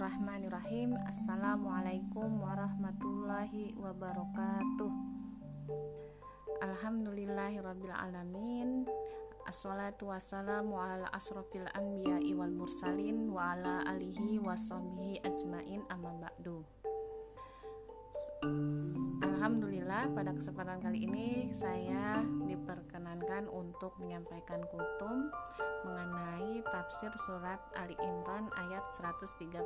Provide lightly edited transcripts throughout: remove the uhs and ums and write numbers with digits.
Bismillahirrahmanirrahim. Assalamualaikum warahmatullahi wabarakatuh. Alhamdulillahirabbil alamin. Assalatu wassalamu ala asrofil anbiya'i wal mursalin wa ala alihi washabihi ajmain, amma ba'du. Alhamdulillah, pada kesempatan kali ini saya diperkenankan untuk menyampaikan kultum mengenai tafsir surat Ali Imran ayat 134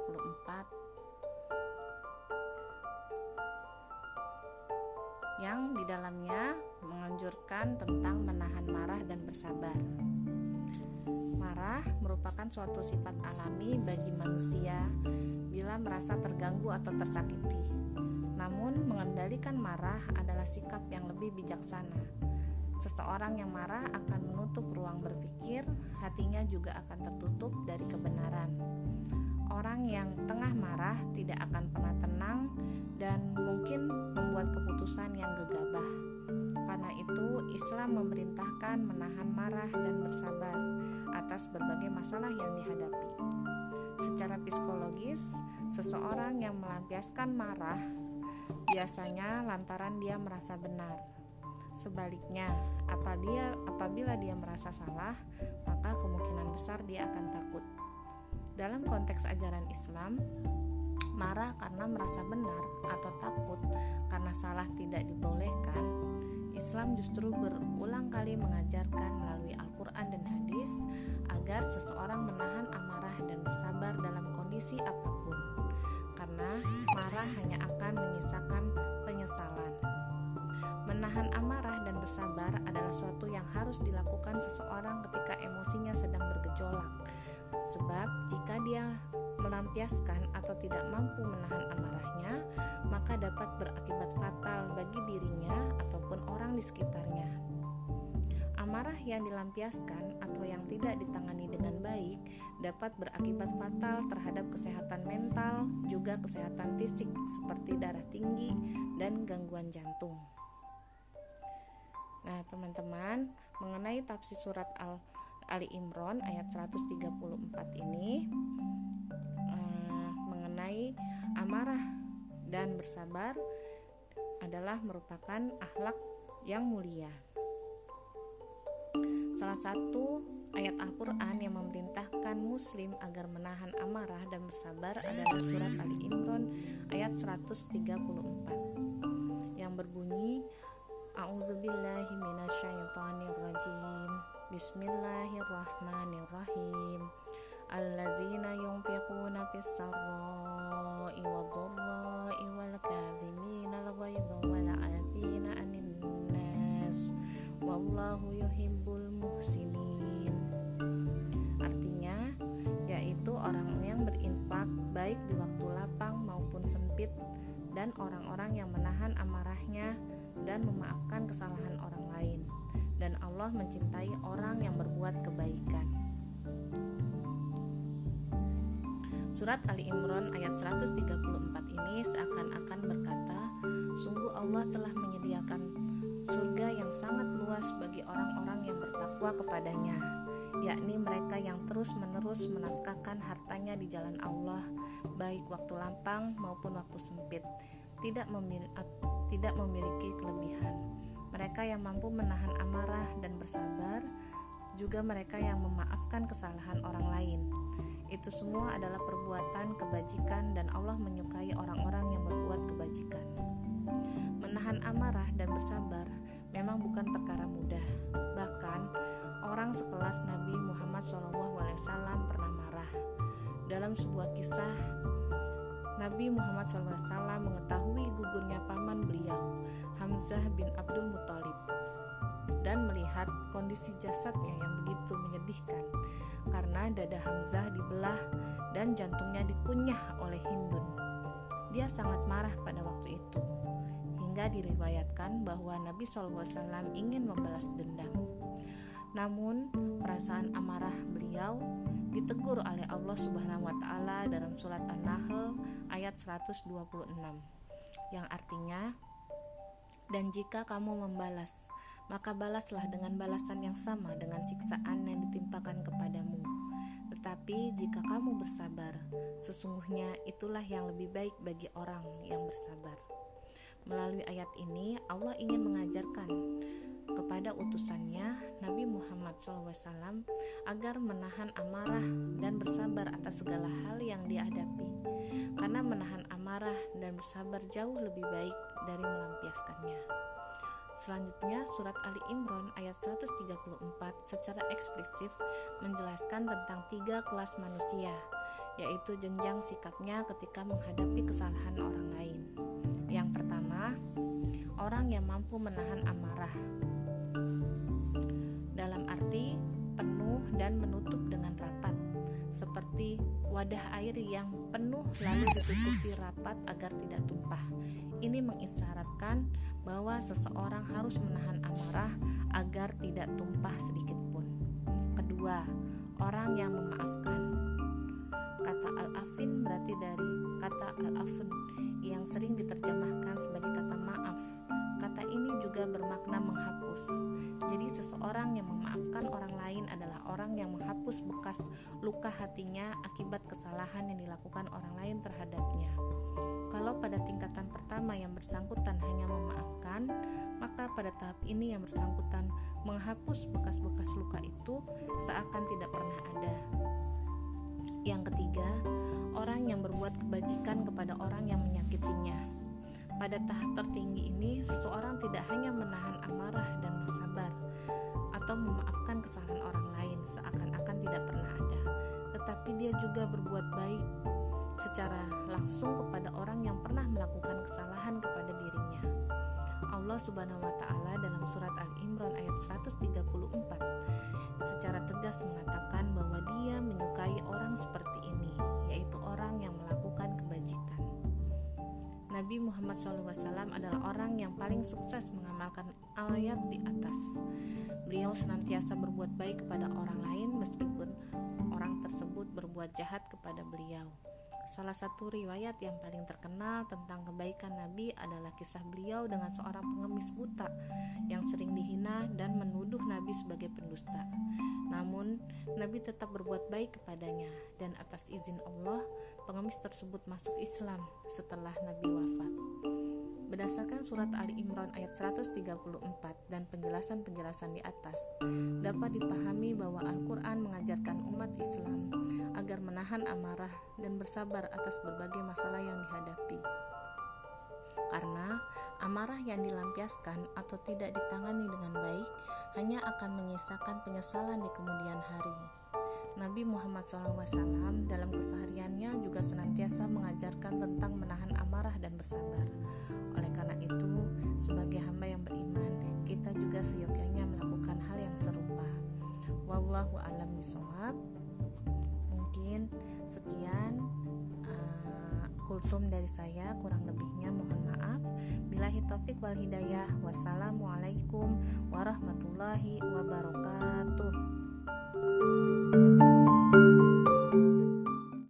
yang di dalamnya menganjurkan tentang menahan marah dan bersabar. Marah merupakan suatu sifat alami bagi manusia bila merasa terganggu atau tersakiti. Namun, mengendalikan marah adalah sikap yang lebih bijaksana. Seseorang yang marah akan menutup ruang berpikir, hatinya juga akan tertutup dari kebenaran. Orang yang tengah marah tidak akan pernah tenang dan mungkin membuat keputusan yang gegabah. Karena itu, Islam memerintahkan menahan marah dan bersabar atas berbagai masalah yang dihadapi. Secara psikologis, seseorang yang melampiaskan marah biasanya lantaran dia merasa benar. Sebaliknya, apabila dia merasa salah, maka kemungkinan besar dia akan takut. Dalam konteks ajaran Islam, marah karena merasa benar atau takut karena salah tidak dibolehkan. Islam justru berulang kali mengajarkan melalui Al-Quran dan hadis agar seseorang menahan amarah dan bersabar dalam kondisi apapun, karena marah hanya akan menyisakan penyesalan. Menahan amarah dan bersabar adalah suatu yang harus dilakukan seseorang ketika emosinya sedang bergejolak. Sebab jika dia melampiaskan atau tidak mampu menahan amarahnya, maka dapat berakibat fatal bagi dirinya ataupun orang di sekitarnya. Amarah yang dilampiaskan atau yang tidak ditangani dengan baik dapat berakibat fatal terhadap kesehatan mental, juga kesehatan fisik seperti darah tinggi dan gangguan jantung. Nah, teman-teman, mengenai tafsir surat Ali Imran ayat 134 ini mengenai amarah dan bersabar adalah merupakan akhlak yang mulia. Salah satu ayat Al-Quran yang memerintahkan muslim agar menahan amarah dan bersabar adalah surat Ali Imran ayat 134 yang berbunyi, A'udzubillahi minasyaitonirrajim. Bismillahirrahmanirrahim. Allazina yunfiquna fis-sarra'i wad-dharra'i wal kadhimina al-ghaidha wal 'afina 'anil nas wallahu yuhibbul muhsinin. Artinya, yaitu orang yang berinfak baik di waktu lapang maupun sempit, dan orang-orang yang menahan amarahnya dan memaafkan kesalahan orang lain, dan Allah mencintai orang yang berbuat kebaikan. Surat Ali Imran ayat 134 ini seakan-akan berkata, sungguh Allah telah menyediakan surga yang sangat luas bagi orang-orang yang bertakwa kepadanya, yakni mereka yang terus-menerus menafkahkan hartanya di jalan Allah, baik waktu lapang maupun waktu sempit, tidak memiliki kelebihan. Mereka yang mampu menahan amarah dan bersabar, juga mereka yang memaafkan kesalahan orang lain. Itu semua adalah perbuatan kebajikan dan Allah menyukai orang-orang yang berbuat kebajikan. Menahan amarah dan bersabar memang bukan perkara mudah. Bahkan orang sekelas Nabi Muhammad SAW pernah marah. Dalam sebuah kisah, Nabi Muhammad SAW mengetahui gugurnya paman beliau, Hamzah bin Abdul Muthalib, dan melihat kondisi jasadnya yang begitu menyedihkan karena dada Hamzah dibelah dan jantungnya dikunyah oleh Hindun. Dia sangat marah pada waktu itu, hingga diriwayatkan bahwa Nabi SAW ingin membalas dendam. Namun, perasaan amarah beliau ditegur oleh Allah Subhanahu wa Ta'ala dalam surat An-Nahl ayat 126, yang artinya, dan jika kamu membalas, maka balaslah dengan balasan yang sama dengan siksaan yang ditimpakan kepadamu. Tetapi jika kamu bersabar, sesungguhnya itulah yang lebih baik bagi orang yang bersabar. Melalui ayat ini, Allah ingin mengajarkan kepada utusannya Nabi Muhammad SAW agar menahan amarah dan bersabar atas segala hal yang dihadapi, karena menahan amarah dan bersabar jauh lebih baik dari melampiaskannya. Selanjutnya, surat Ali Imran ayat 134 secara eksplisit menjelaskan tentang 3 kelas manusia, yaitu jenjang sikapnya ketika menghadapi kesalahan orang lain. Yang pertama, orang yang mampu menahan amarah, dalam arti penuh dan menutup dengan rapat, seperti wadah air yang penuh lalu ditutupi rapat agar tidak tumpah. Ini mengisyaratkan bahwa seseorang harus menahan amarah agar tidak tumpah sedikit pun. Kedua, orang yang memaafkan. Kata al-afin berarti dari kata al-afun yang sering diterjemahkan sebagai kata maaf. Kata ini juga bermakna menghapus. Jadi seseorang yang memaafkan orang lain adalah orang yang menghapus bekas luka hatinya akibat kesalahan yang dilakukan orang lain terhadapnya. Kalau pada tingkatan pertama yang bersangkutan hanya memaafkan, maka pada tahap ini yang bersangkutan menghapus bekas-bekas luka itu seakan tidak pernah ada. Yang ketiga, orang yang berbuat kebajikan kepada orang yang menyakitinya. Pada tahap tertinggi ini, seseorang tidak hanya menahan amarah dan bersabar atau memaafkan kesalahan orang lain seakan-akan tidak pernah ada, tetapi dia juga berbuat baik secara langsung kepada orang yang pernah melakukan kesalahan kepada dirinya. Allah Subhanahu wa Ta'ala dalam surat Al-Imran ayat 134 secara tegas mengatakan bahwa Dia menyukai orang seperti ini, yaitu orang yang melakukan kebajikan. Nabi Muhammad SAW adalah orang yang paling sukses mengamalkan ayat di atas. Beliau senantiasa berbuat baik kepada orang lain meskipun orang tersebut berbuat jahat kepada beliau. Salah satu riwayat yang paling terkenal tentang kebaikan Nabi adalah kisah beliau dengan seorang pengemis buta yang sering dihina dan menuduh Nabi sebagai pendusta. Namun, Nabi tetap berbuat baik kepadanya, dan atas izin Allah, pengemis tersebut masuk Islam setelah Nabi wafat. Berdasarkan surat Ali Imran ayat 134 dan penjelasan-penjelasan di atas, dapat dipahami bahwa Al-Quran mengajarkan umat Islam agar menahan amarah dan bersabar atas berbagai masalah yang dihadapi. Karena amarah yang dilampiaskan atau tidak ditangani dengan baik hanya akan menyisakan penyesalan di kemudian hari. Nabi Muhammad SAW dalam kesehariannya juga senantiasa mengajarkan tentang menahan amarah dan bersabar. Oleh karena itu, sebagai hamba yang beriman, kita juga seyogyanya melakukan hal yang serupa. Wallahu a'lam bishawab. Mungkin sekian kultum dari saya, kurang lebihnya mohon maaf. Billahi taufik wal hidayah. Wassalamualaikum warahmatullahi wabarakatuh.